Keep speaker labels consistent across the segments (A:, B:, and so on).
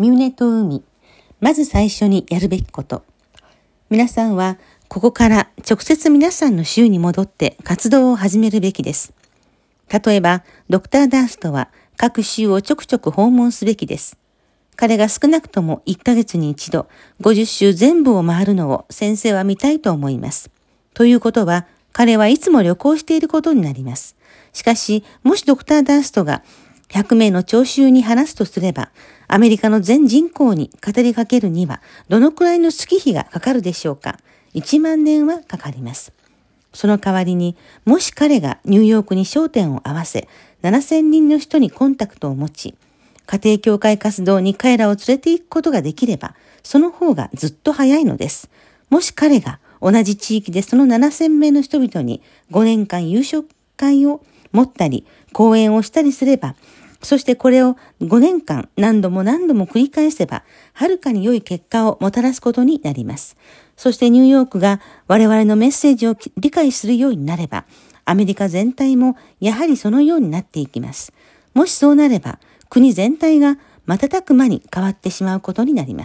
A: 三船と海、まず最初にやるべきこと。皆さんはここから直接皆さんの州に戻って活動を始めるべきです。例えば、ドクター・ダーストは各州をちょくちょく訪問すべきです。彼が少なくとも1ヶ月に一度、50州全部を回るのを先生は見たいと思います。ということは、彼はいつも旅行していることになります。しかし、もしドクター・ダーストが100名の聴衆に話すとすれば、アメリカの全人口に語りかけるには、どのくらいの月日がかかるでしょうか。1万年はかかります。その代わりに、もし彼がニューヨークに焦点を合わせ、7000人の人にコンタクトを持ち、家庭教会活動に彼らを連れて行くことができれば、その方がずっと早いのです。もし彼が同じ地域でその7000名の人々に5年間夕食会を持ったり、講演をしたりすれば、そしてこれを5年間何度も何度も繰り返せば、はるかに良い結果をもたらすことになります。そしてニューヨークが我々のメッセージを理解するようになれば、アメリカ全体もやはりそのようになっていきます。もしそうなれば、国全体が瞬く間に変わってしまうことになります。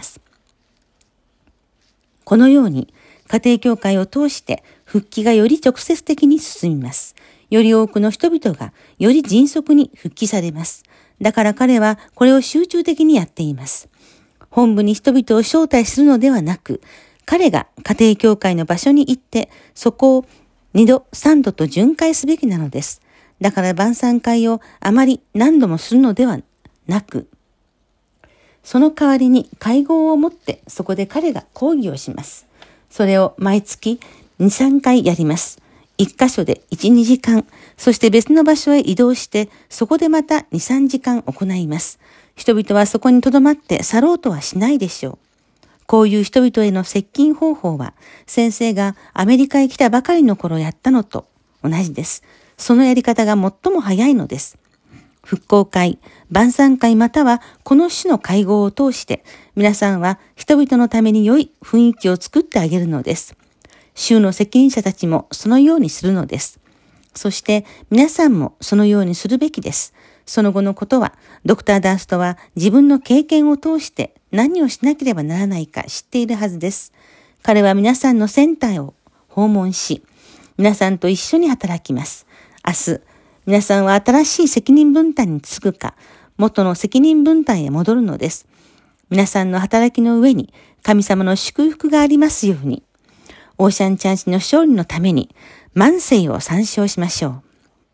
A: このように、家庭教会を通して復帰がより直接的に進みます。より多くの人々がより迅速に復帰されます。だから彼はこれを集中的にやっています。本部に人々を招待するのではなく、彼が家庭教会の場所に行って、そこを2度3度と巡回すべきなのです。だから晩餐会をあまり何度もするのではなく、その代わりに会合を持ってそこで彼が講義をします。それを毎月2、3回やります。一箇所で1、2時間、そして別の場所へ移動して、そこでまた2、3時間行います。人々はそこに留まって去ろうとはしないでしょう。こういう人々への接近方法は、先生がアメリカへ来たばかりの頃やったのと同じです。そのやり方が最も早いのです。復興会、晩餐会またはこの種の会合を通して、皆さんは人々のために良い雰囲気を作ってあげるのです。州の責任者たちもそのようにするのです。そして皆さんもそのようにするべきです。その後のことは、ドクター・ダーストは自分の経験を通して何をしなければならないか知っているはずです。彼は皆さんのセンターを訪問し、皆さんと一緒に働きます。明日、皆さんは新しい責任分担に就くか、元の責任分担へ戻るのです。皆さんの働きの上に神様の祝福がありますように。オーシャンチャーチの勝利のために万世を参照しましょう。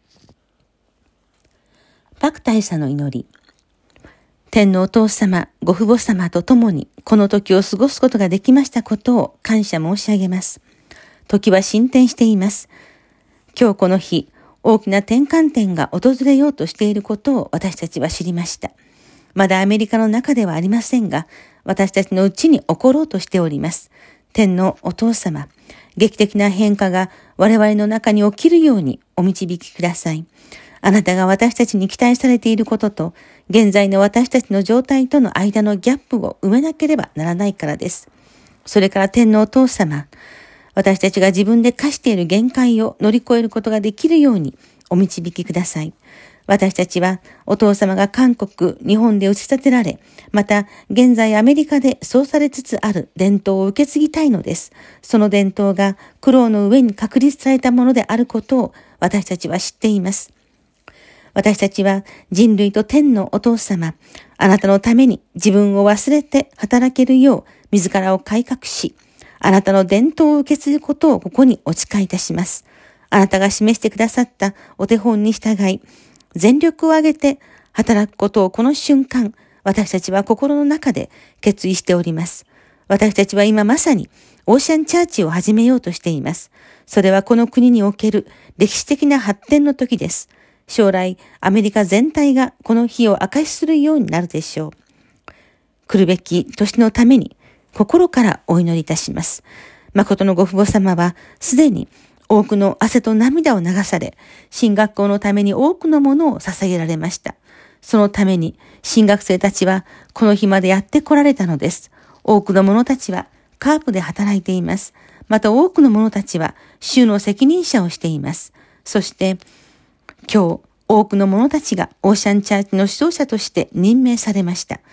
A: パク大佐の祈り。天のお父様、ご父母様と共にこの時を過ごすことができましたことを感謝申し上げます。時は進展しています。今日この日、大きな転換点が訪れようとしていることを私たちは知りました。まだアメリカの中ではありませんが、私たちのうちに起ころうとしております。天のお父様、劇的な変化が我々の中に起きるようにお導きください。あなたが私たちに期待されていることと、現在の私たちの状態との間のギャップを埋めなければならないからです。それから天のお父様、私たちが自分で課している限界を乗り越えることができるようにお導きください。私たちはお父様が韓国、日本で打ち立てられ、また現在アメリカでそうされつつある伝統を受け継ぎたいのです。その伝統が苦労の上に確立されたものであることを私たちは知っています。私たちは人類と天のお父様、あなたのために自分を忘れて働けるよう自らを改革し、あなたの伝統を受け継ぐことをここにお誓いいたします。あなたが示してくださったお手本に従い、全力を挙げて働くことをこの瞬間、私たちは心の中で決意しております。私たちは今まさにオーシャンチャーチを始めようとしています。それはこの国における歴史的な発展の時です。将来、アメリカ全体がこの日を証しするようになるでしょう。来るべき年のために心からお祈りいたします。誠のご父母様はすでに多くの汗と涙を流され、進学校のために多くのものを捧げられました。そのために進学生たちはこの日までやって来られたのです。多くの者たちはカープで働いています。また多くの者たちは州の責任者をしています。そして今日多くの者たちがオーシャンチャーチの指導者として任命されました。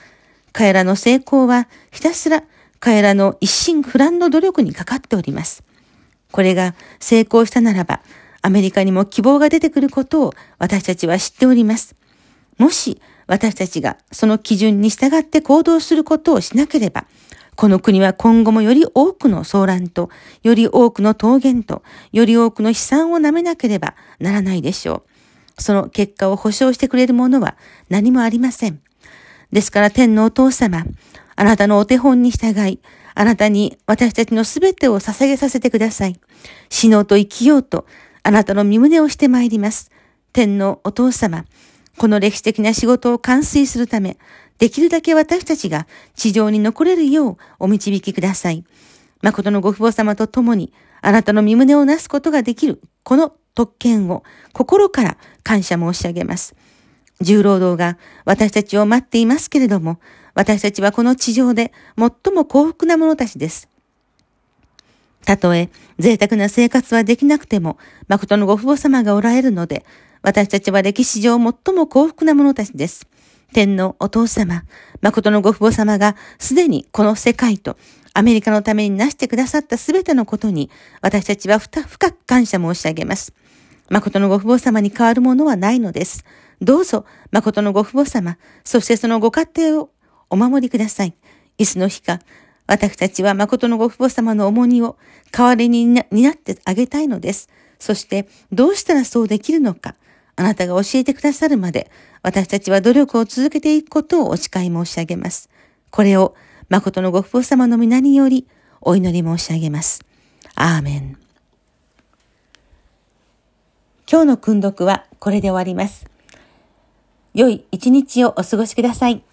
A: 彼らの成功はひたすら彼らの一心不乱の努力にかかっております。これが成功したならば、アメリカにも希望が出てくることを私たちは知っております。もし私たちがその基準に従って行動することをしなければ、この国は今後もより多くの騒乱と、より多くの桃源と、より多くの悲惨をなめなければならないでしょう。その結果を保証してくれるものは何もありません。ですから天のお父様、あなたのお手本に従い、あなたに私たちのすべてを捧げさせてください。死のうと生きようと、あなたの身旨をしてまいります。天のお父様、この歴史的な仕事を完遂するため、できるだけ私たちが地上に残れるようお導きください。誠のご父母様と共に、あなたの身旨をなすことができる、この特権を心から感謝申し上げます。重労働が私たちを待っていますけれども、私たちはこの地上で最も幸福な者たちです。たとえ贅沢な生活はできなくても、誠のご父母様がおられるので、私たちは歴史上最も幸福な者たちです。天のお父様、誠のご父母様がすでにこの世界とアメリカのためになしてくださったすべてのことに、私たちは深く感謝申し上げます。誠のご父母様に代わるものはないのです。どうぞ、誠のご父母様、そしてそのご家庭をお守りください。いつの日か、私たちは誠のご父母様の重荷を代わりに担ってあげたいのです。そして、どうしたらそうできるのか、あなたが教えてくださるまで、私たちは努力を続けていくことをお誓い申し上げます。これを、誠のご父母様の皆により、お祈り申し上げます。アーメン。今日の訓読はこれで終わります。良い一日をお過ごしください。